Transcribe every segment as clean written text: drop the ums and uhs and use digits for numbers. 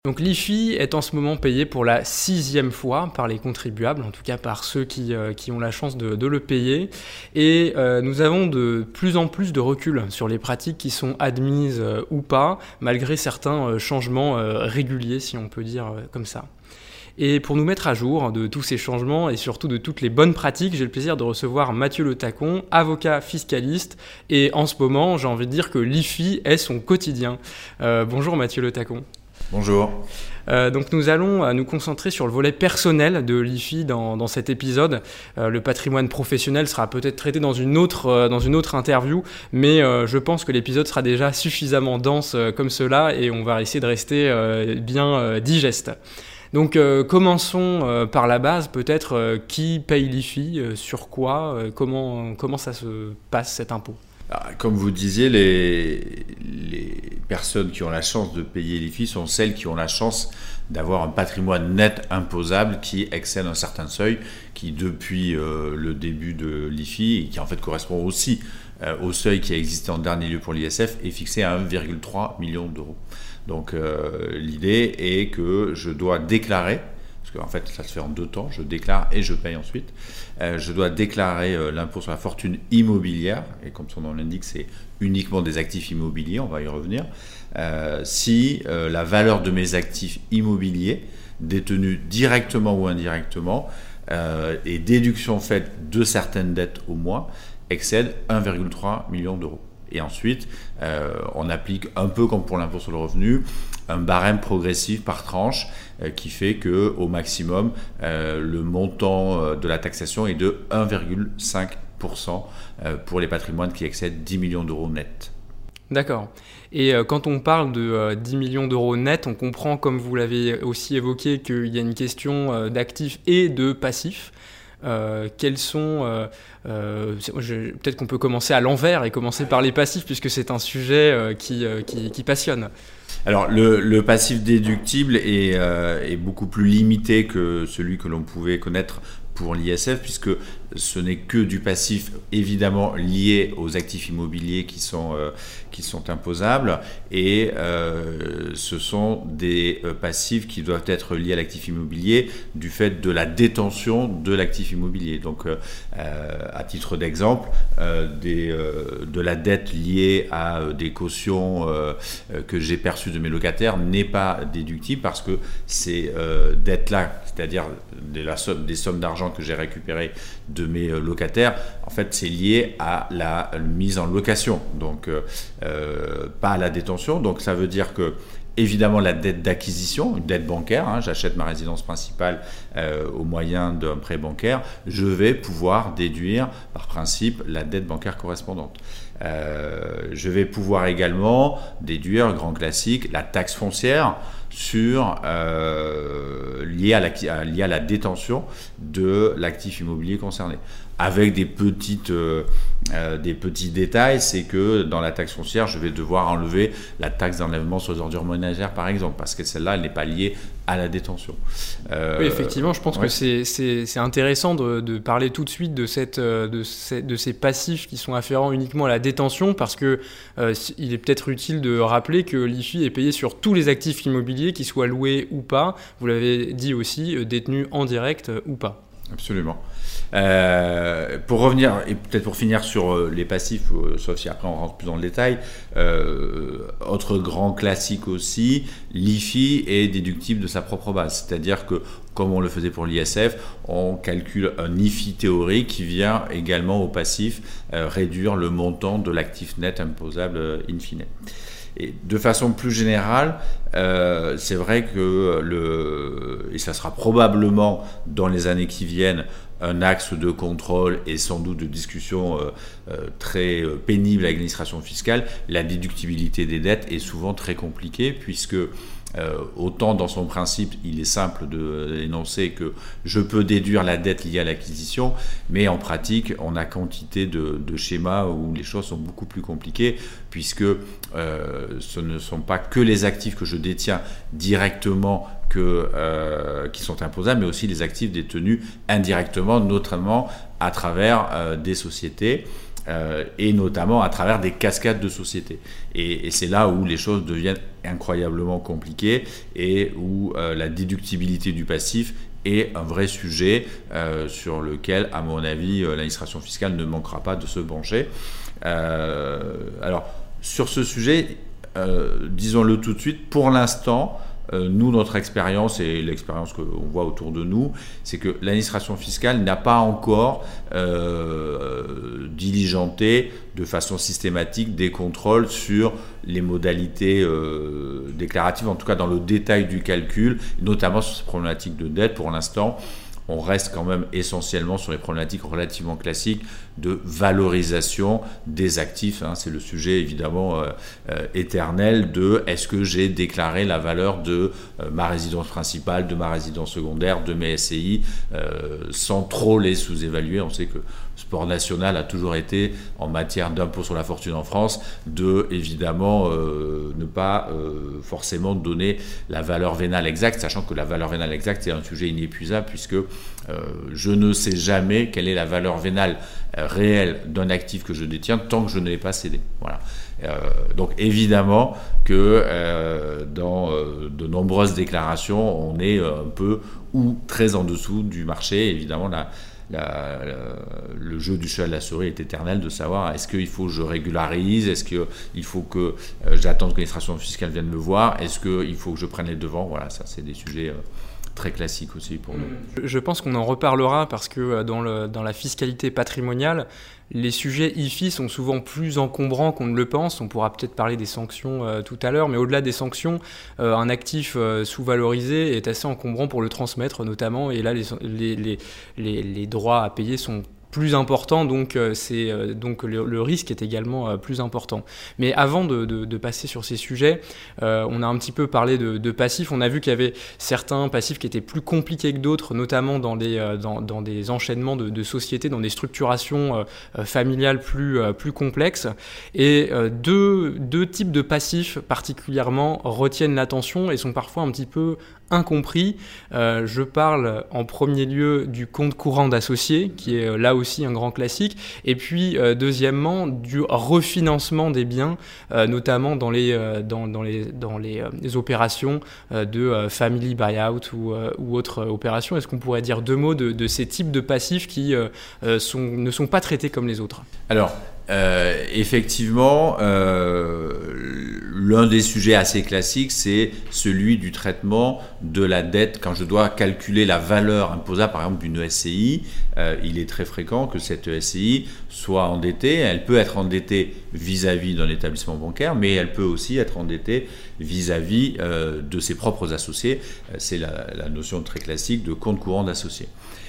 Donc l'IFI est en ce moment payé pour la 6e fois par les contribuables, en tout cas par ceux qui ont la chance de le payer. Et nous avons de plus en plus de recul sur les pratiques qui sont admises ou pas, malgré certains changements réguliers, si on peut dire comme ça. Et pour nous mettre à jour de tous ces changements et surtout de toutes les bonnes pratiques, j'ai le plaisir de recevoir Mathieu Le Tacon, avocat fiscaliste. Et en ce moment, j'ai envie de dire que l'IFI est son quotidien. Bonjour Mathieu Le Tacon. Bonjour. Donc nous allons nous concentrer sur le volet personnel de l'IFI dans cet épisode. Le patrimoine professionnel sera peut-être traité dans une autre interview, mais je pense que l'épisode sera déjà suffisamment dense comme cela et on va essayer de rester bien digeste. Donc commençons par la base, peut-être qui paye l'IFI, sur quoi, comment ça se passe cet impôt ? Comme vous disiez, les personnes qui ont la chance de payer l'IFI sont celles qui ont la chance d'avoir un patrimoine net imposable qui excède un certain seuil, qui depuis le début de l'IFI, et qui en fait correspond aussi au seuil qui a existé en dernier lieu pour l'ISF, est fixé à 1,3 million d'euros. Donc l'idée est que je dois déclarer, parce qu'en fait ça se fait en 2 temps, je déclare et je paye ensuite, je dois déclarer l'impôt sur la fortune immobilière, et comme son nom l'indique, c'est uniquement des actifs immobiliers, on va y revenir, si la valeur de mes actifs immobiliers, détenus directement ou indirectement, et déduction faite de certaines dettes au mois, excède 1,3 million d'euros. Et ensuite, on applique un peu comme pour l'impôt sur le revenu, un barème progressif par tranche qui fait qu'au maximum, le montant de la taxation est de 1,5% pour les patrimoines qui excèdent 10 millions d'euros net. D'accord. Et quand on parle de 10 millions d'euros net, on comprend, comme vous l'avez aussi évoqué, qu'il y a une question d'actifs et de passifs. Quels sont peut-être qu'on peut commencer à l'envers et commencer par les passifs puisque c'est un sujet qui passionne. Alors le passif déductible est beaucoup plus limité que celui que l'on pouvait connaître pour l'ISF, puisque ce n'est que du passif évidemment lié aux actifs immobiliers qui sont imposables, et ce sont des passifs qui doivent être liés à l'actif immobilier du fait de la détention de l'actif immobilier. Donc à titre d'exemple, de la dette liée à des cautions que j'ai perçues de mes locataires n'est pas déductible parce que ces dettes-là, c'est-à-dire des sommes d'argent que j'ai récupérées de mes locataires, en fait c'est lié à la mise en location, donc pas à la détention. Donc ça veut dire que évidemment la dette d'acquisition, une dette bancaire, j'achète ma résidence principale au moyen d'un prêt bancaire, je vais pouvoir déduire par principe la dette bancaire correspondante. Je vais pouvoir également déduire, grand classique, la taxe foncière liée à la détention de l'actif immobilier concerné. Avec des petits détails, c'est que dans la taxe foncière, je vais devoir enlever la taxe d'enlèvement sur les ordures ménagères, par exemple, parce que celle-là, elle n'est pas liée à la détention. Oui, effectivement, je pense que c'est intéressant de parler tout de suite de ces passifs qui sont afférents uniquement à la détention, parce que il est peut-être utile de rappeler que l'IFI est payé sur tous les actifs immobiliers, qu'ils soient loués ou pas. Vous l'avez dit aussi, détenus en direct ou pas. Absolument. Pour revenir, et peut-être pour finir sur les passifs, sauf si après on rentre plus dans le détail, autre grand classique aussi, l'IFI est déductible de sa propre base. C'est-à-dire que, comme on le faisait pour l'ISF, on calcule un IFI théorique qui vient également au passif réduire le montant de l'actif net imposable in fine. Et de façon plus générale, c'est vrai que et ça sera probablement dans les années qui viennent un axe de contrôle et sans doute de discussion très pénible avec l'administration fiscale, la déductibilité des dettes est souvent très compliquée puisque autant dans son principe, il est simple d'énoncer que je peux déduire la dette liée à l'acquisition, mais en pratique, on a quantité de schémas où les choses sont beaucoup plus compliquées, puisque ce ne sont pas que les actifs que je détiens directement qui sont imposables, mais aussi les actifs détenus indirectement, notamment à travers des sociétés. et notamment à travers des cascades de sociétés. Et c'est là où les choses deviennent incroyablement compliquées et où la déductibilité du passif est un vrai sujet sur lequel, à mon avis, l'administration fiscale ne manquera pas de se pencher. Alors, sur ce sujet, disons-le tout de suite, pour l'instant, nous, notre expérience et l'expérience qu'on voit autour de nous, c'est que l'administration fiscale n'a pas encore diligenté de façon systématique des contrôles sur les modalités déclaratives, en tout cas dans le détail du calcul, notamment sur ces problématiques de dette. Pour l'instant, on reste quand même essentiellement sur les problématiques relativement classiques de valorisation des actifs. C'est le sujet évidemment éternel de est-ce que j'ai déclaré la valeur de ma résidence principale, de ma résidence secondaire, de mes SCI, sans trop les sous-évaluer. On sait que le sport national a toujours été, en matière d'impôt sur la fortune en France, de évidemment ne pas forcément donner la valeur vénale exacte, sachant que la valeur vénale exacte est un sujet inépuisable puisque je ne sais jamais quelle est la valeur vénale réelle d'un actif que je détiens tant que je ne l'ai pas cédé. Voilà. Donc évidemment que dans de nombreuses déclarations, on est un peu ou très en dessous du marché. Évidemment, le jeu du chat à la souris est éternel de savoir est-ce qu'il faut que je régularise, est-ce qu'il faut que j'attende que l'administration fiscale vienne me voir, est-ce qu'il faut que je prenne les devants. Voilà, ça c'est des sujets très classique aussi pour nous. Je pense qu'on en reparlera parce que dans la fiscalité patrimoniale, les sujets IFI sont souvent plus encombrants qu'on ne le pense. On pourra peut-être parler des sanctions tout à l'heure, mais au-delà des sanctions, un actif sous-valorisé est assez encombrant pour le transmettre notamment, et là les droits à payer sont plus important, donc le risque est également plus important. Mais avant de passer sur ces sujets, on a un petit peu parlé de passifs. On a vu qu'il y avait certains passifs qui étaient plus compliqués que d'autres, notamment dans des enchaînements de sociétés, dans des structurations familiales plus complexes. Et deux types de passifs particulièrement retiennent l'attention et sont parfois un petit peu incompris. Je parle en premier lieu du compte courant d'associés, qui est là aussi un grand classique, et puis deuxièmement du refinancement des biens, notamment dans les opérations de family buyout ou autres opérations. Est-ce qu'on pourrait dire deux mots de ces types de passifs qui ne sont pas traités comme les autres ? Alors, effectivement, l'un des sujets assez classiques, c'est celui du traitement de la dette. Quand je dois calculer la valeur imposable, par exemple, d'une SCI, il est très fréquent que cette SCI soit endettée. Elle peut être endettée vis-à-vis d'un établissement bancaire, mais elle peut aussi être endettée vis-à-vis de ses propres associés. C'est la notion très classique de compte courant d'associé.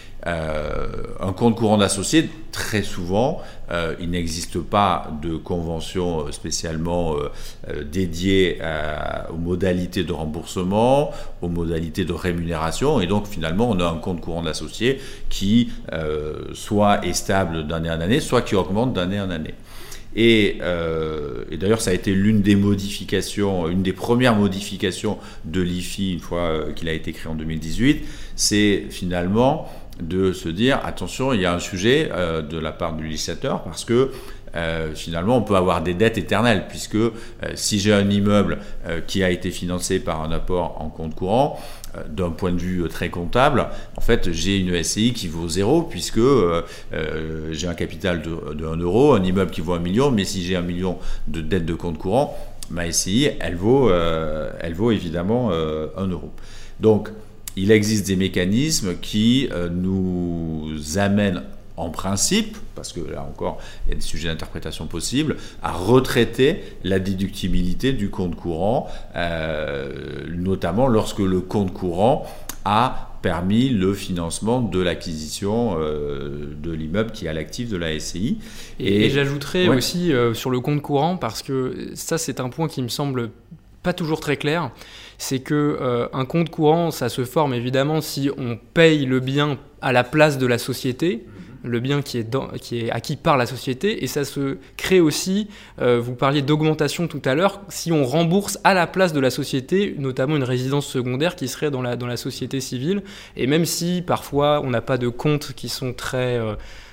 Un compte courant d'associé, très souvent, il n'existe pas de convention spécialement dédiée aux modalités de remboursement, aux modalités de rémunération, et donc finalement on a un compte courant d'associé qui soit est stable d'année en année, soit qui augmente d'année en année. Et d'ailleurs, ça a été l'une des premières modifications de l'IFI une fois qu'il a été créé en 2018, c'est finalement de se dire attention, il y a un sujet de la part du législateur parce que finalement on peut avoir des dettes éternelles puisque si j'ai un immeuble qui a été financé par un apport en compte courant, d'un point de vue très comptable, en fait j'ai une SCI qui vaut 0 puisque j'ai un capital de 1 euro, un immeuble qui vaut 1 million, mais si j'ai 1 million de dettes de compte courant, ma SCI elle vaut évidemment 1 euro. Donc il existe des mécanismes qui nous amènent en principe, parce que là encore il y a des sujets d'interprétation possibles, à retraiter la déductibilité du compte courant, notamment lorsque le compte courant a permis le financement de l'acquisition de l'immeuble qui est à l'actif de la SCI. Et j'ajouterais aussi sur le compte courant, parce que ça c'est un point qui me semble pas toujours très clair, c'est que un compte courant, ça se forme évidemment si on paye le bien à la place de la société, le bien qui est acquis par la société, et ça se crée aussi, vous parliez d'augmentation tout à l'heure, si on rembourse à la place de la société, notamment une résidence secondaire qui serait dans la société civile, et même si parfois on n'a pas de comptes qui sont très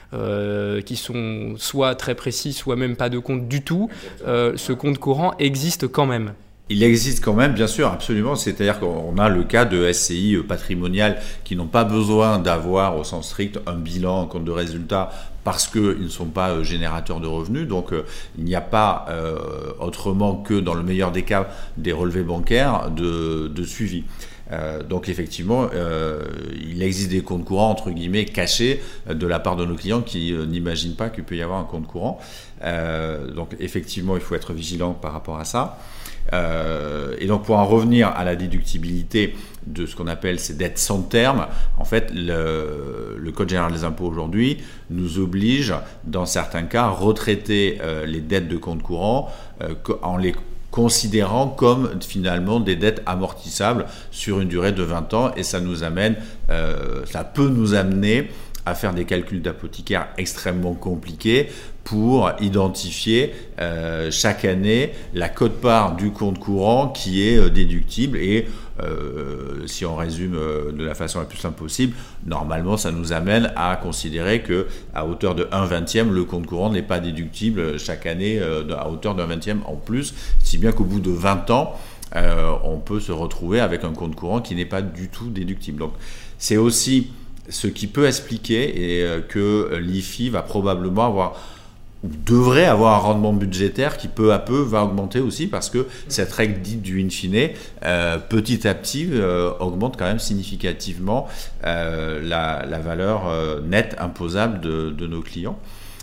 qui sont soit très précis, soit même pas de compte du tout, ce compte courant existe quand même. Il existe quand même, bien sûr, absolument. C'est-à-dire qu'on a le cas de SCI patrimoniales qui n'ont pas besoin d'avoir, au sens strict, un bilan, un compte de résultat, parce qu'ils ne sont pas générateurs de revenus. Donc, il n'y a pas autrement que, dans le meilleur des cas, des relevés bancaires de suivi. Donc effectivement, il existe des comptes courants entre guillemets cachés de la part de nos clients qui n'imaginent pas qu'il peut y avoir un compte courant. Donc effectivement, il faut être vigilant par rapport à ça. Et donc pour en revenir à la déductibilité de ce qu'on appelle ces dettes sans terme, en fait le Code général des impôts aujourd'hui nous oblige dans certains cas à retraiter les dettes de compte courant en les considérant comme finalement des dettes amortissables sur une durée de 20 ans, et ça peut nous amener à faire des calculs d'apothicaire extrêmement compliqués pour identifier chaque année la quote-part du compte courant qui est déductible. Et si on résume de la façon la plus simple possible, normalement ça nous amène à considérer qu'à hauteur de 1/20, le compte courant n'est pas déductible chaque année à hauteur d'un 20e en plus, si bien qu'au bout de 20 ans, on peut se retrouver avec un compte courant qui n'est pas du tout déductible. Donc c'est aussi ce qui peut expliquer que l'IFI va probablement avoir ou devrait avoir un rendement budgétaire qui peu à peu va augmenter aussi, parce que cette règle dite du in fine, petit à petit, augmente quand même significativement la valeur nette imposable de nos clients.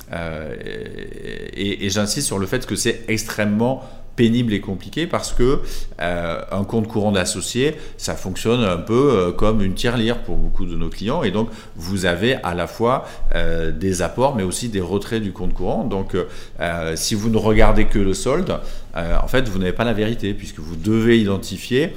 Et j'insiste sur le fait que c'est extrêmement pénible et compliqué, parce que un compte courant d'associé, ça fonctionne un peu comme une tirelire pour beaucoup de nos clients, et donc vous avez à la fois des apports mais aussi des retraits du compte courant. Donc si vous ne regardez que le solde, en fait vous n'avez pas la vérité, puisque vous devez identifier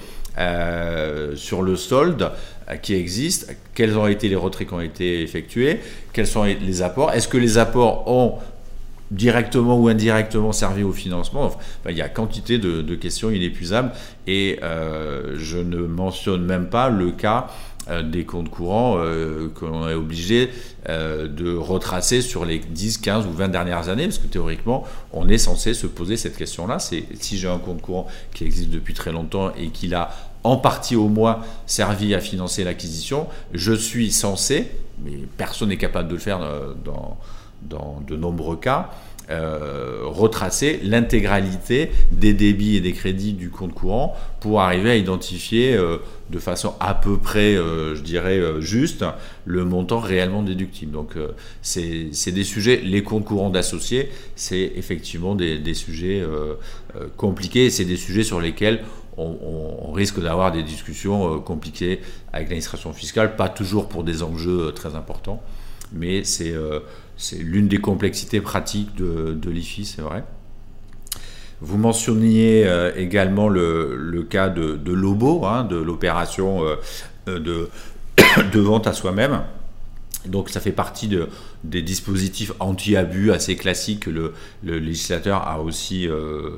sur le solde qui existe, quels ont été les retraits qui ont été effectués, quels sont les apports, est-ce que les apports ont directement ou indirectement servi au financement. Enfin, il y a quantité de questions inépuisables, et je ne mentionne même pas le cas des comptes courants qu'on est obligé de retracer sur les 10, 15 ou 20 dernières années, parce que théoriquement, on est censé se poser cette question-là. C'est si j'ai un compte courant qui existe depuis très longtemps et qui a en partie au moins servi à financer l'acquisition, je suis censé, mais personne n'est capable de le faire dans de nombreux cas, retracer l'intégralité des débits et des crédits du compte courant pour arriver à identifier de façon à peu près, je dirais, juste, le montant réellement déductible. Donc c'est des sujets, les comptes courants d'associés, c'est effectivement des sujets compliqués, et c'est des sujets sur lesquels on risque d'avoir des discussions compliquées avec l'administration fiscale, pas toujours pour des enjeux très importants, mais c'est l'une des complexités pratiques de l'IFI, c'est vrai. Vous mentionniez également le cas de l'OBO, de l'opération de vente à soi-même. Donc ça fait partie des dispositifs anti-abus assez classiques que le législateur a aussi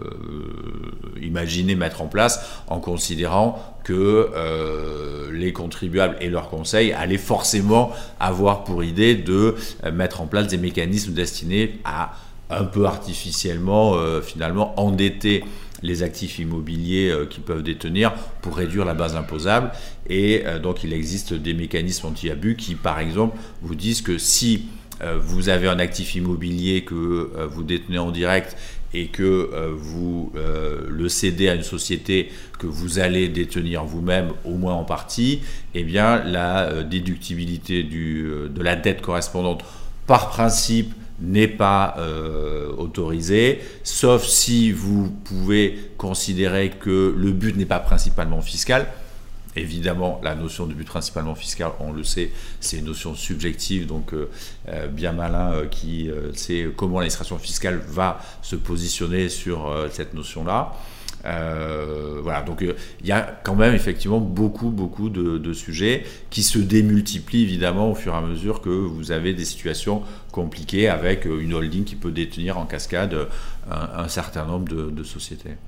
imaginé mettre en place, en considérant que les contribuables et leurs conseils allaient forcément avoir pour idée de mettre en place des mécanismes destinés à un peu artificiellement finalement endetter les actifs immobiliers qu'ils peuvent détenir pour réduire la base imposable. Et donc il existe des mécanismes anti-abus qui, par exemple, vous disent que si vous avez un actif immobilier que vous détenez en direct et que vous le cédez à une société que vous allez détenir vous-même, au moins en partie, eh bien la déductibilité de la dette correspondante, par principe, n'est pas autorisé, sauf si vous pouvez considérer que le but n'est pas principalement fiscal. Évidemment, la notion de but principalement fiscal, on le sait, c'est une notion subjective, donc bien malin qui sait comment l'administration fiscale va se positionner sur cette notion-là. Voilà, donc il y a quand même effectivement beaucoup de sujets qui se démultiplient évidemment au fur et à mesure que vous avez des situations compliquées avec une holding qui peut détenir en cascade un certain nombre de sociétés.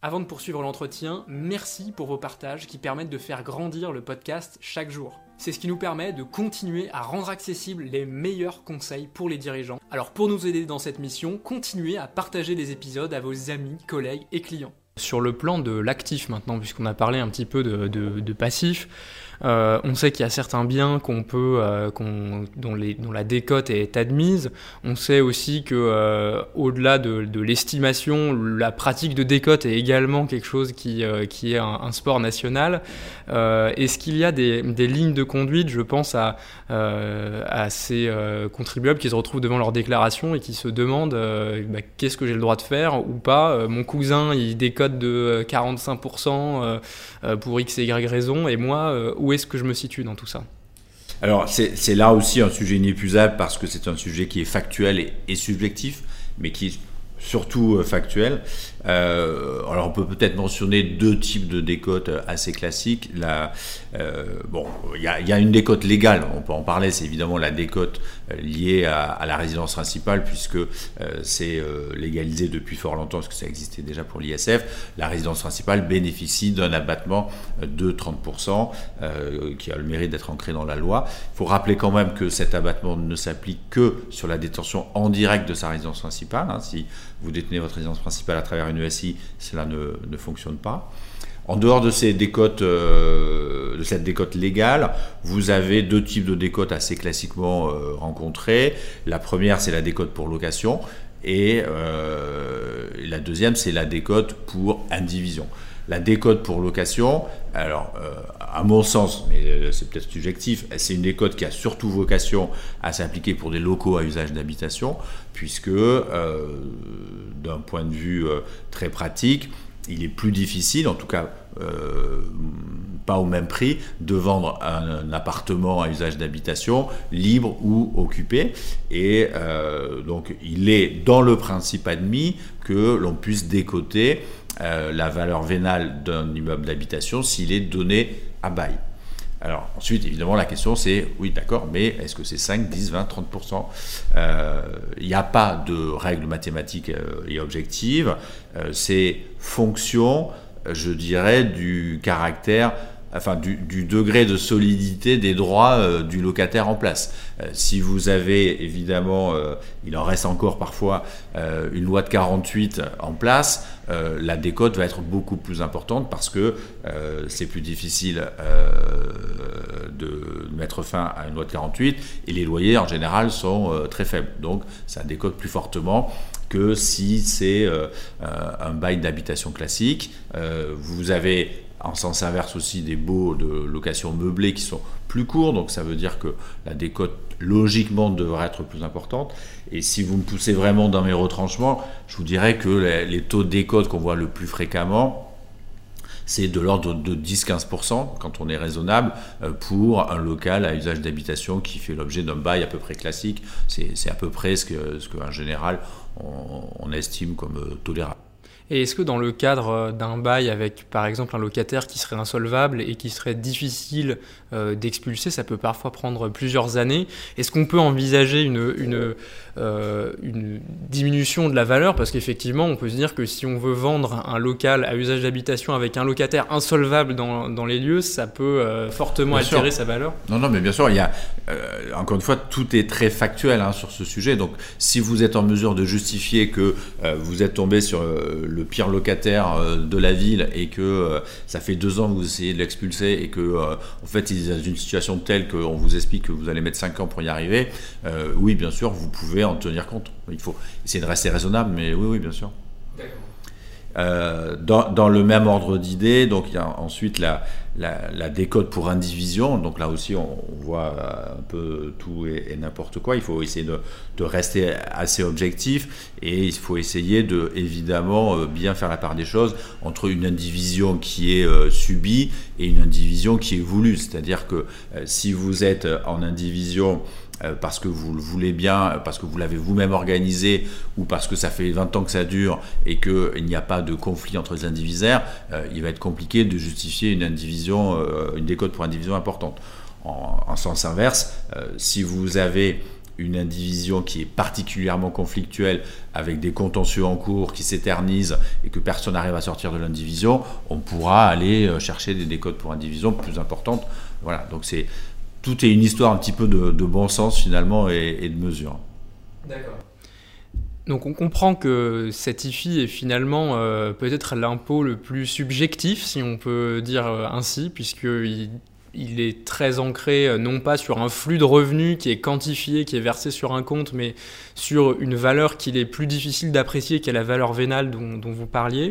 Avant de poursuivre l'entretien, merci pour vos partages qui permettent de faire grandir le podcast chaque jour. C'est ce qui nous permet de continuer à rendre accessibles les meilleurs conseils pour les dirigeants. Alors pour nous aider dans cette mission, continuez à partager les épisodes à vos amis, collègues et clients. Sur le plan de l'actif maintenant, puisqu'on a parlé un petit peu de passif, on sait qu'il y a certains biens dont la décote est admise. On sait aussi que au-delà de l'estimation, la pratique de décote est également quelque chose qui est un sport national. Est-ce qu'il y a des lignes de conduite, je pense à ces contribuables qui se retrouvent devant leur déclaration et qui se demandent qu'est-ce que j'ai le droit de faire ou pas. Mon cousin il décote de 45% pour X et Y raison, et moi où est-ce que je me situe dans tout ça ? Alors c'est là aussi un sujet inépuisable parce que c'est un sujet qui est factuel et subjectif, mais qui est surtout factuel. Alors on peut peut-être mentionner deux types de décotes assez classiques. Il y a une décote légale, on peut en parler, c'est évidemment la décote liée à la résidence principale, puisque c'est légalisé depuis fort longtemps, parce que ça existait déjà pour l'ISF. La résidence principale bénéficie d'un abattement de 30%, qui a le mérite d'être ancré dans la loi. Il faut rappeler quand même que cet abattement ne s'applique que sur la détention en direct de sa résidence principale. Si vous détenez votre résidence principale à travers une ESI, cela ne fonctionne pas. En dehors de cette décote légale, vous avez deux types de décotes assez classiquement rencontrées. La première, c'est la décote pour location, et la deuxième, c'est la décote pour indivision. La décote pour location, alors à mon sens, mais c'est peut-être subjectif, c'est une décote qui a surtout vocation à s'appliquer pour des locaux à usage d'habitation, puisque d'un point de vue très pratique, il est plus difficile, en tout cas pas au même prix, de vendre un appartement à usage d'habitation libre ou occupé. Et donc il est dans le principe admis que l'on puisse décoter la valeur vénale d'un immeuble d'habitation s'il est donné à bail. Alors ensuite, évidemment, la question c'est, oui d'accord, mais est-ce que c'est 5, 10, 20, 30% ? Il n'y a pas de règle mathématique et objective, c'est fonction, je dirais, du caractère, du degré de solidité des droits du locataire en place. Si vous avez, évidemment, il en reste encore parfois une loi de 48 en place, la décote va être beaucoup plus importante parce que c'est plus difficile de mettre fin à une loi de 48 et les loyers en général sont très faibles. Donc ça décote plus fortement que si c'est un bail d'habitation classique. Vous avez en sens inverse aussi des baux de location meublée qui sont plus courts, donc ça veut dire que la décote logiquement devrait être plus importante. Et si vous me poussez vraiment dans mes retranchements, je vous dirais que les taux de décote qu'on voit le plus fréquemment, c'est de l'ordre de 10-15% quand on est raisonnable pour un local à usage d'habitation qui fait l'objet d'un bail à peu près classique. C'est à peu près ce qu'en général on estime comme tolérable. Et est-ce que dans le cadre d'un bail avec, par exemple, un locataire qui serait insolvable et qui serait difficile d'expulser, ça peut parfois prendre plusieurs années, est-ce qu'on peut envisager une diminution de la valeur ? Parce qu'effectivement, on peut se dire que si on veut vendre un local à usage d'habitation avec un locataire insolvable dans les lieux, ça peut fortement altérer sa valeur. Non, mais bien sûr, il y a, encore une fois, tout est très factuel sur ce sujet. Donc, si vous êtes en mesure de justifier que vous êtes tombé sur le pire locataire de la ville et que ça fait 2 ans que vous essayez de l'expulser et que en fait il est dans une situation telle qu'on vous explique que vous allez mettre 5 ans pour y arriver, oui bien sûr vous pouvez en tenir compte. Il faut essayer de rester raisonnable, mais oui bien sûr. Dans le même ordre d'idée, donc il y a ensuite la décote pour indivision. Donc là aussi on voit un peu tout et n'importe quoi. Il faut essayer de rester assez objectif et il faut essayer de évidemment bien faire la part des choses entre une indivision qui est subie et une indivision qui est voulue. C'est-à-dire que si vous êtes en indivision parce que vous le voulez bien, parce que vous l'avez vous-même organisé ou parce que ça fait 20 ans que ça dure et qu'il n'y a pas de conflit entre les indivisaires, il va être compliqué de justifier une décote pour indivision importante. En sens inverse, si vous avez une indivision qui est particulièrement conflictuelle, avec des contentieux en cours qui s'éternisent et que personne n'arrive à sortir de l'indivision, on pourra aller chercher des décotes pour indivision plus importantes. Voilà, donc tout est une histoire un petit peu de bon sens finalement et de mesure. D'accord. Donc on comprend que cet IFI est finalement peut-être l'impôt le plus subjectif, si on peut dire ainsi, puisqu'il est très ancré non pas sur un flux de revenus qui est quantifié, qui est versé sur un compte, mais sur une valeur qu'il est plus difficile d'apprécier, qui est la valeur vénale dont vous parliez.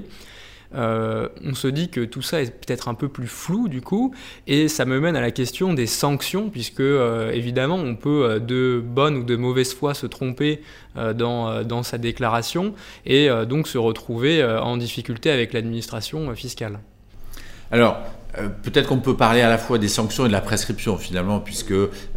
On se dit que tout ça est peut-être un peu plus flou du coup, et ça me mène à la question des sanctions, puisque évidemment on peut de bonne ou de mauvaise foi se tromper dans sa déclaration et donc se retrouver en difficulté avec l'administration fiscale. Alors, peut-être qu'on peut parler à la fois des sanctions et de la prescription finalement, puisque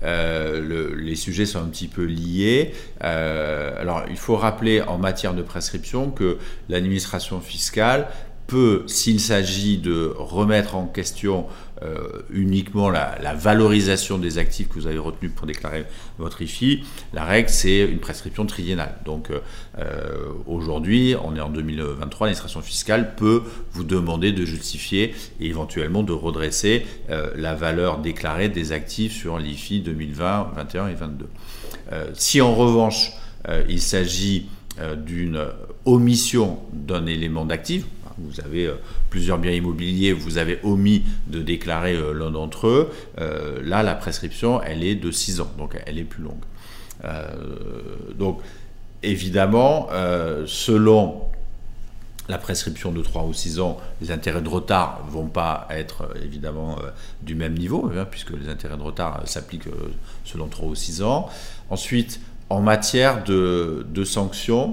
les sujets sont un petit peu liés. Alors, il faut rappeler en matière de prescription que l'administration fiscale peut, s'il s'agit de remettre en question uniquement la valorisation des actifs que vous avez retenus pour déclarer votre IFI, la règle c'est une prescription triennale. Donc aujourd'hui, on est en 2023, l'administration fiscale peut vous demander de justifier et éventuellement de redresser la valeur déclarée des actifs sur l'IFI 2020, 2021 et 2022. Si en revanche il s'agit d'une omission d'un élément d'actif, vous avez plusieurs biens immobiliers, vous avez omis de déclarer l'un d'entre eux, là la prescription elle est de 6 ans, donc elle est plus longue. Donc évidemment, selon la prescription de 3 ou 6 ans, les intérêts de retard ne vont pas être évidemment du même niveau, puisque les intérêts de retard s'appliquent selon 3 ou 6 ans. Ensuite, en matière de sanctions,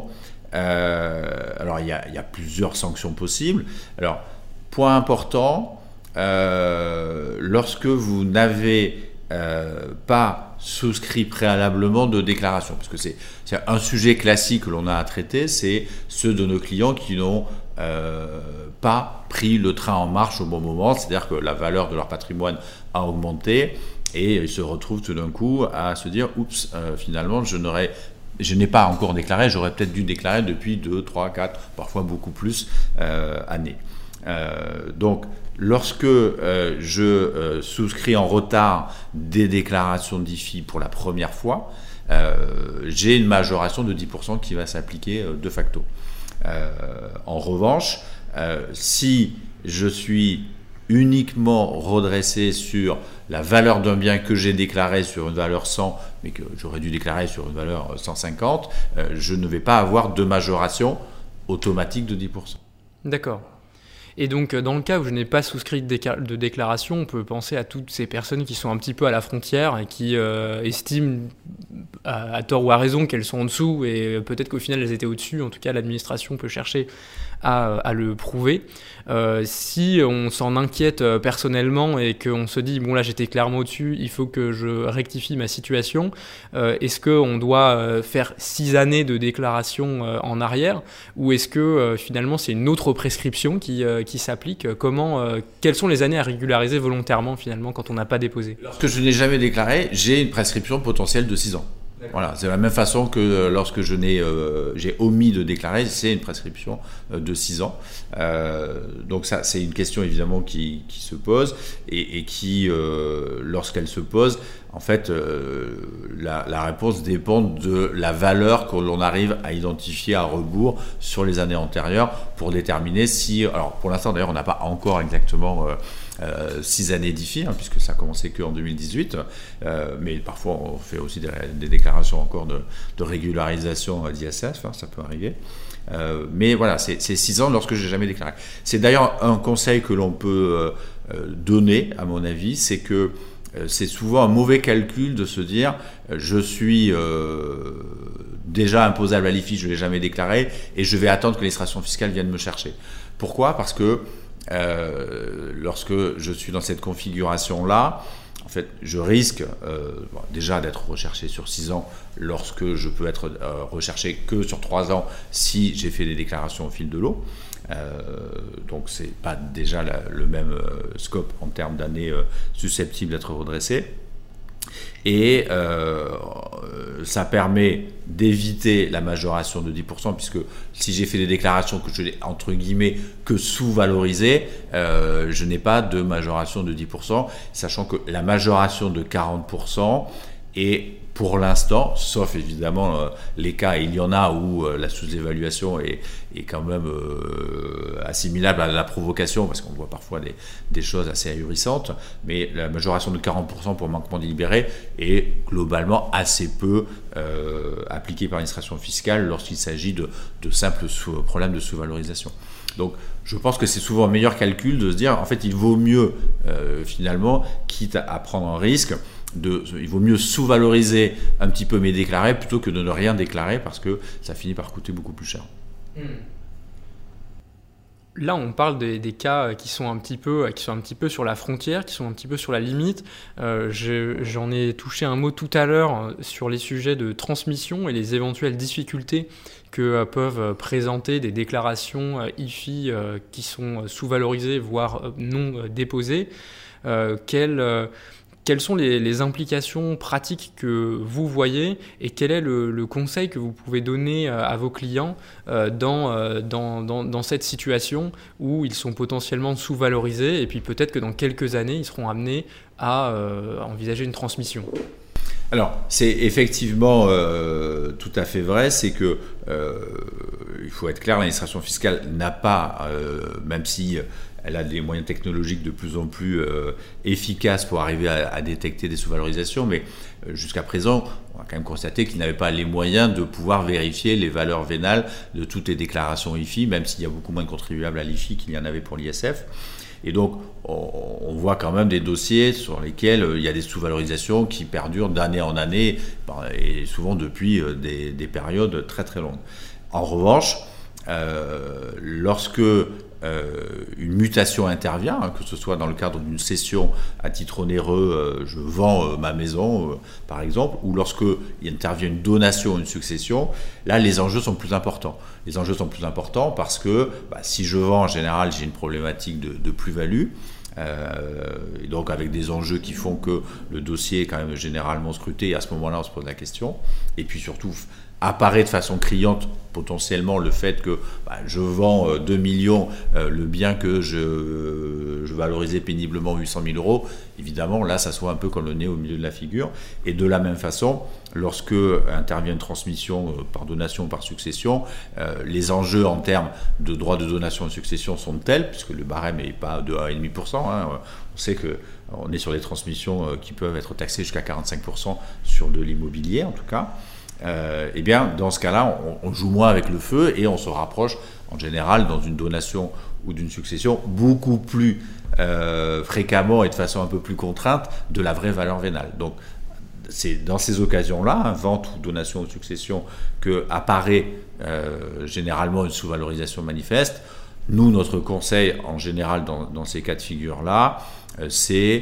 alors il y a plusieurs sanctions possibles. Alors, point important, lorsque vous n'avez pas souscrit préalablement de déclaration, parce que c'est un sujet classique que l'on a à traiter, c'est ceux de nos clients qui n'ont pas pris le train en marche au bon moment, c'est-à-dire que la valeur de leur patrimoine a augmenté et ils se retrouvent tout d'un coup à se dire « Oups, finalement, je n'ai pas encore déclaré, j'aurais peut-être dû déclarer depuis 2, 3, 4, parfois beaucoup plus années. » Donc, lorsque je souscris en retard des déclarations d'IFI pour la première fois, j'ai une majoration de 10% qui va s'appliquer de facto. En revanche, si je suis uniquement redressé sur la valeur d'un bien que j'ai déclaré sur une valeur 100, mais que j'aurais dû déclarer sur une valeur 150, je ne vais pas avoir de majoration automatique de 10%. D'accord. Et donc, dans le cas où je n'ai pas souscrit de déclaration, on peut penser à toutes ces personnes qui sont un petit peu à la frontière et qui estiment, à tort ou à raison, qu'elles sont en dessous, et peut-être qu'au final, elles étaient au-dessus. En tout cas, l'administration peut chercher à le prouver. Si on s'en inquiète personnellement et qu'on se dit, bon là, j'étais clairement au-dessus, il faut que je rectifie ma situation, est-ce qu'on doit faire 6 années de déclaration en arrière, ou est-ce que finalement, c'est une autre prescription qui s'applique? Quelles sont les années à régulariser volontairement finalement quand on n'a pas déposé? Lorsque je n'ai jamais déclaré, j'ai une prescription potentielle de 6 ans. Voilà, c'est de la même façon que lorsque j'ai omis de déclarer, c'est une prescription de 6 ans. Donc ça, c'est une question évidemment qui se pose et qui, lorsqu'elle se pose, en fait, la réponse dépend de la valeur que l'on arrive à identifier à rebours sur les années antérieures pour déterminer si... Alors pour l'instant d'ailleurs, on n'a pas encore exactement 6 années d'IFI, puisque ça a commencé qu'en 2018, mais parfois on fait aussi des déclarations encore de régularisation d'ISF, ça peut arriver. Mais voilà, c'est 6 ans lorsque je n'ai jamais déclaré. C'est d'ailleurs un conseil que l'on peut donner, à mon avis, c'est que c'est souvent un mauvais calcul de se dire je suis déjà imposable à l'IFI, je ne l'ai jamais déclaré et je vais attendre que l'administration fiscale vienne me chercher. Pourquoi ? Parce que lorsque je suis dans cette configuration-là, en fait, je risque déjà d'être recherché sur 6 ans lorsque je peux être recherché que sur 3 ans si j'ai fait des déclarations au fil de l'eau. Donc c'est pas déjà le même scope en termes d'années susceptibles d'être redressées. Et ça permet d'éviter la majoration de 10%, puisque si j'ai fait des déclarations que je n'ai entre guillemets que sous-valorisées, je n'ai pas de majoration de 10%, sachant que la majoration de 40% est pour l'instant, sauf évidemment les cas, et il y en a où la sous-évaluation est quand même assimilable à la provocation, parce qu'on voit parfois des choses assez ahurissantes, mais la majoration de 40% pour manquement délibéré est globalement assez peu appliquée par l'administration fiscale lorsqu'il s'agit de simples problèmes de sous-valorisation. Donc je pense que c'est souvent un meilleur calcul de se dire, en fait, il vaut mieux finalement, quitte à prendre un risque, il vaut mieux sous-valoriser un petit peu mais déclarer plutôt que de ne rien déclarer, parce que ça finit par coûter beaucoup plus cher. Là, on parle des cas qui sont un petit peu sur la frontière, qui sont un petit peu sur la limite. J'en ai touché un mot tout à l'heure sur les sujets de transmission et les éventuelles difficultés que peuvent présenter des déclarations IFI qui sont sous-valorisées, voire non déposées. Quelles sont les implications pratiques que vous voyez et quel est le conseil que vous pouvez donner à vos clients dans cette situation où ils sont potentiellement sous-valorisés et puis peut-être que dans quelques années, ils seront amenés à envisager une transmission? Alors, c'est effectivement tout à fait vrai, c'est que il faut être clair, l'administration fiscale n'a pas, même si elle a des moyens technologiques de plus en plus efficaces pour arriver à détecter des sous-valorisations, mais jusqu'à présent, on a quand même constaté qu'il n'avait pas les moyens de pouvoir vérifier les valeurs vénales de toutes les déclarations IFI, même s'il y a beaucoup moins de contribuables à l'IFI qu'il y en avait pour l'ISF. Et donc, on voit quand même des dossiers sur lesquels il y a des sous-valorisations qui perdurent d'année en année, et souvent depuis des périodes très très longues. En revanche, lorsque une mutation intervient, que ce soit dans le cadre d'une cession à titre onéreux, je vends ma maison par exemple, ou lorsqu'il intervient une donation ou une succession, là les enjeux sont plus importants. Les enjeux sont plus importants parce que si je vends, en général, j'ai une problématique de plus-value. Et donc avec des enjeux qui font que le dossier est quand même généralement scruté, et à ce moment-là on se pose la question. Et puis surtout apparaît de façon criante potentiellement le fait que je vends 2 millions le bien que je valorisais péniblement 800 000 euros. Évidemment, là, ça soit un peu comme le nez au milieu de la figure. Et de la même façon, lorsque intervient une transmission par donation ou par succession, les enjeux en termes de droits de donation et de succession sont tels, puisque le barème n'est pas de 1,5%. On sait qu'on est sur des transmissions qui peuvent être taxées jusqu'à 45% sur de l'immobilier, en tout cas. Eh bien, dans ce cas-là, on joue moins avec le feu et on se rapproche, en général, dans une donation ou d'une succession, beaucoup plus fréquemment et de façon un peu plus contrainte de la vraie valeur vénale. Donc, c'est dans ces occasions-là, vente ou donation ou succession, que apparaît généralement une sous-valorisation manifeste. Nous, notre conseil, en général, dans ces cas de figure-là, c'est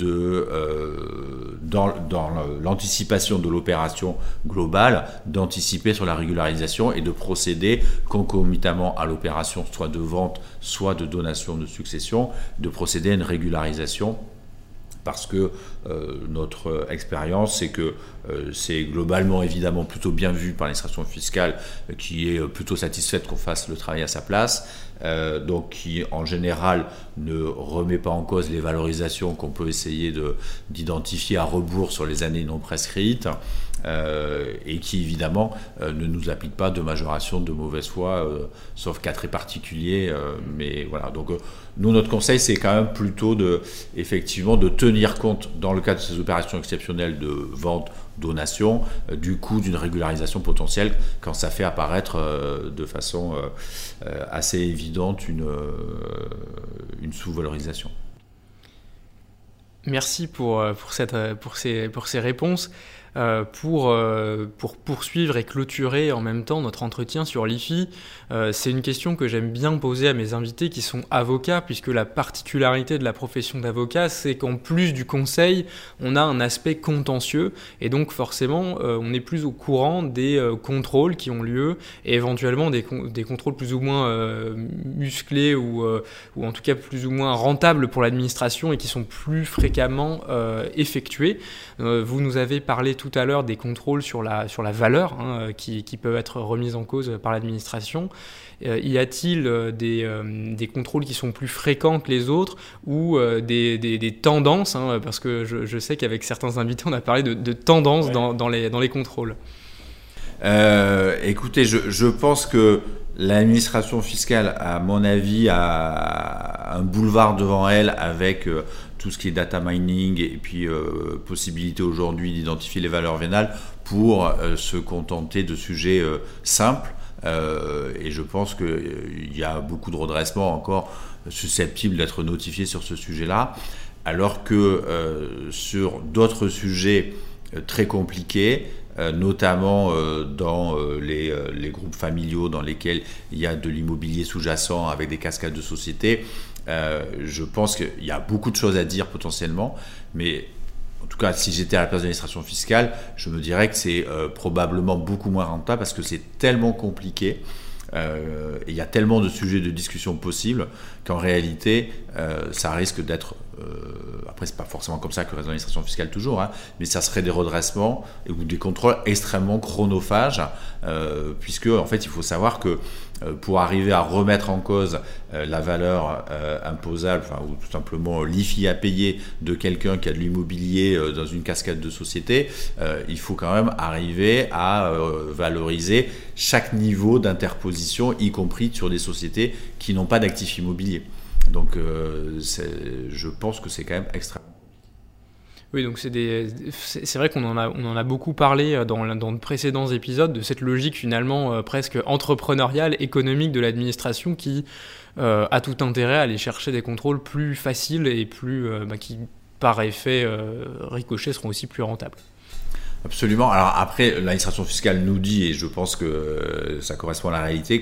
dans l'anticipation de l'opération globale, d'anticiper sur la régularisation et de procéder concomitamment à l'opération soit de vente, soit de donation de succession, de procéder à une régularisation. Parce que notre expérience, c'est que c'est globalement évidemment plutôt bien vu par l'administration fiscale, qui est plutôt satisfaite qu'on fasse le travail à sa place, donc qui en général ne remet pas en cause les valorisations qu'on peut essayer d'identifier à rebours sur les années non prescrites, et qui évidemment ne nous applique pas de majoration de mauvaise foi, sauf cas très particuliers. Mais voilà, donc nous, notre conseil, c'est quand même plutôt effectivement de tenir compte, dans le cadre de ces opérations exceptionnelles de vente, donation, du coût d'une régularisation potentielle quand ça fait apparaître de façon assez évidente une sous-valorisation. Merci pour ces réponses. pour poursuivre et clôturer en même temps notre entretien sur l'IFI, c'est une question que j'aime bien poser à mes invités qui sont avocats, puisque la particularité de la profession d'avocat, c'est qu'en plus du conseil, on a un aspect contentieux, et donc forcément, on est plus au courant des contrôles qui ont lieu, et éventuellement des contrôles plus ou moins musclés, ou en tout cas plus ou moins rentables pour l'administration, et qui sont plus fréquemment effectués. Vous nous avez parlé tout à l'heure des contrôles sur la valeur qui peuvent être remises en cause par l'administration. Y a-t-il des contrôles qui sont plus fréquents que les autres, ou des tendances, parce que je sais qu'avec certains invités on a parlé de tendances dans les contrôles. Écoutez, je pense que l'administration fiscale, à mon avis, a un boulevard devant elle avec tout ce qui est data mining et puis possibilité aujourd'hui d'identifier les valeurs vénales pour se contenter de sujets simples. Et je pense qu'il y a beaucoup de redressements encore susceptibles d'être notifiés sur ce sujet-là, alors que sur d'autres sujets très compliqués, notamment dans les groupes familiaux dans lesquels il y a de l'immobilier sous-jacent avec des cascades de sociétés, je pense qu'il y a beaucoup de choses à dire potentiellement, mais en tout cas, si j'étais à la place de l'administration fiscale, je me dirais que c'est probablement beaucoup moins rentable parce que c'est tellement compliqué et il y a tellement de sujets de discussion possibles qu'en réalité, ça risque d'être... après, c'est pas forcément comme ça que reste l'administration fiscale toujours, mais ça serait des redressements ou des contrôles extrêmement chronophages, puisque en fait, il faut savoir que pour arriver à remettre en cause la valeur imposable, ou tout simplement l'IFI à payer de quelqu'un qui a de l'immobilier dans une cascade de sociétés, il faut quand même arriver à valoriser chaque niveau d'interposition, y compris sur des sociétés qui n'ont pas d'actifs immobiliers. Donc je pense que c'est quand même extrêmement. Oui, donc c'est vrai qu'on en a beaucoup parlé dans de précédents épisodes, de cette logique finalement presque entrepreneuriale, économique de l'administration qui a tout intérêt à aller chercher des contrôles plus faciles et qui, par effet ricochet, seront aussi plus rentables. Absolument. Alors après, l'administration fiscale nous dit, et je pense que ça correspond à la réalité,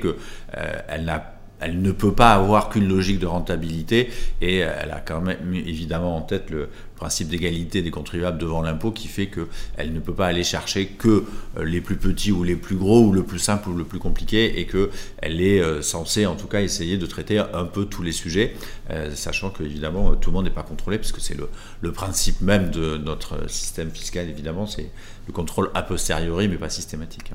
elle ne peut pas avoir qu'une logique de rentabilité, et elle a quand même évidemment en tête le principe d'égalité des contribuables devant l'impôt qui fait qu'elle ne peut pas aller chercher que les plus petits ou les plus gros ou le plus simple ou le plus compliqué, et qu'elle est censée en tout cas essayer de traiter un peu tous les sujets, sachant que évidemment tout le monde n'est pas contrôlé, puisque c'est le principe même de notre système fiscal, évidemment, c'est le contrôle a posteriori mais pas systématique.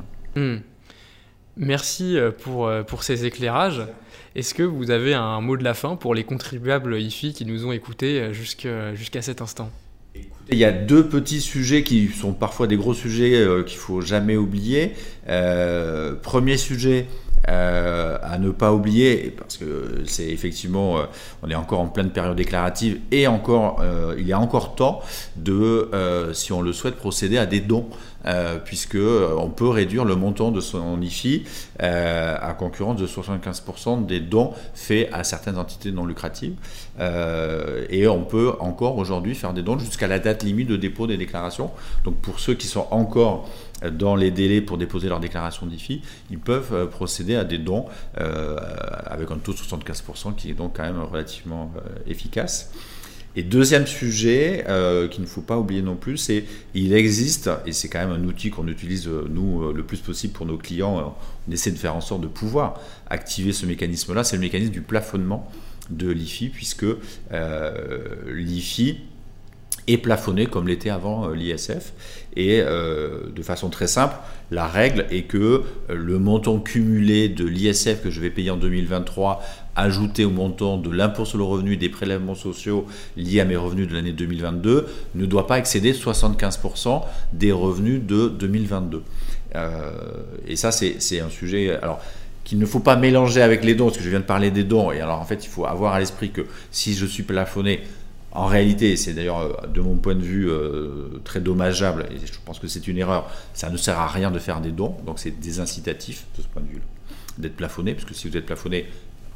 Merci pour ces éclairages. Est-ce que vous avez un mot de la fin pour les contribuables IFI qui nous ont écoutés jusqu'à cet instant ? Il y a deux petits sujets qui sont parfois des gros sujets qu'il ne faut jamais oublier. Premier sujet à ne pas oublier, parce que c'est effectivement, on est encore en pleine période déclarative et il y a encore temps de, si on le souhaite, procéder à des dons, puisque on peut réduire le montant de son IFI à concurrence de 75% des dons faits à certaines entités non lucratives, et on peut encore aujourd'hui faire des dons jusqu'à la date limite de dépôt des déclarations. Donc pour ceux qui sont encore dans les délais pour déposer leur déclaration d'IFI, ils peuvent procéder à des dons avec un taux de 75% qui est donc quand même relativement efficace. Et deuxième sujet qu'il ne faut pas oublier non plus, c'est il existe, et c'est quand même un outil qu'on utilise nous le plus possible pour nos clients, on essaie de faire en sorte de pouvoir activer ce mécanisme-là, c'est le mécanisme du plafonnement de l'IFI, puisque l'IFI est plafonné comme l'était avant l'ISF, et de façon très simple, la règle est que le montant cumulé de l'ISF que je vais payer en 2023 ajouté au montant de l'impôt sur le revenu et des prélèvements sociaux liés à mes revenus de l'année 2022 ne doit pas excéder 75% des revenus de 2022. Et ça, c'est un sujet qu'il ne faut pas mélanger avec les dons, parce que je viens de parler des dons, et alors en fait, il faut avoir à l'esprit que si je suis plafonné, en réalité, et c'est d'ailleurs de mon point de vue très dommageable, et je pense que c'est une erreur, ça ne sert à rien de faire des dons, donc c'est désincitatif de ce point de vue-là, d'être plafonné, parce que si vous êtes plafonné,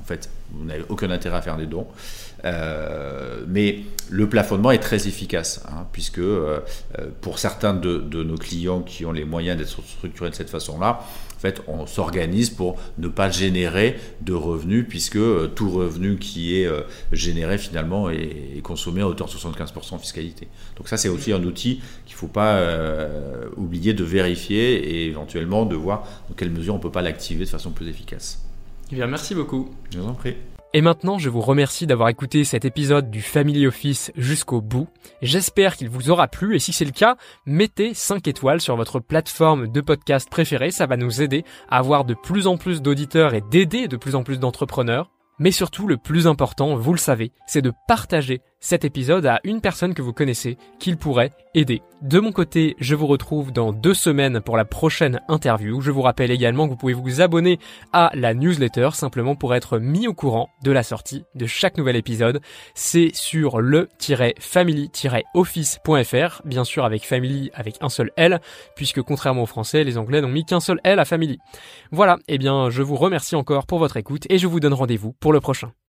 fait, vous n'avez aucun intérêt à faire des dons. Mais le plafonnement est très efficace, puisque pour certains de nos clients qui ont les moyens d'être structurés de cette façon-là, en fait, on s'organise pour ne pas générer de revenus, puisque tout revenu qui est généré finalement est consommé à hauteur de 75% en fiscalité. Donc ça, c'est aussi un outil qu'il ne faut pas oublier de vérifier et éventuellement de voir dans quelle mesure on ne peut pas l'activer de façon plus efficace. Eh bien, merci beaucoup. Je vous en prie. Et maintenant, je vous remercie d'avoir écouté cet épisode du Family Office jusqu'au bout. J'espère qu'il vous aura plu et si c'est le cas, mettez 5 étoiles sur votre plateforme de podcast préférée. Ça va nous aider à avoir de plus en plus d'auditeurs et d'aider de plus en plus d'entrepreneurs. Mais surtout, le plus important, vous le savez, c'est de partager cet épisode à une personne que vous connaissez qu'il pourrait aider. De mon côté, je vous retrouve dans 2 semaines pour la prochaine interview. Je vous rappelle également que vous pouvez vous abonner à la newsletter simplement pour être mis au courant de la sortie de chaque nouvel épisode. C'est sur le-family-office.fr, bien sûr avec family avec un seul L, puisque contrairement aux Français, les Anglais n'ont mis qu'un seul L à family. Voilà, eh bien je vous remercie encore pour votre écoute et je vous donne rendez-vous pour le prochain.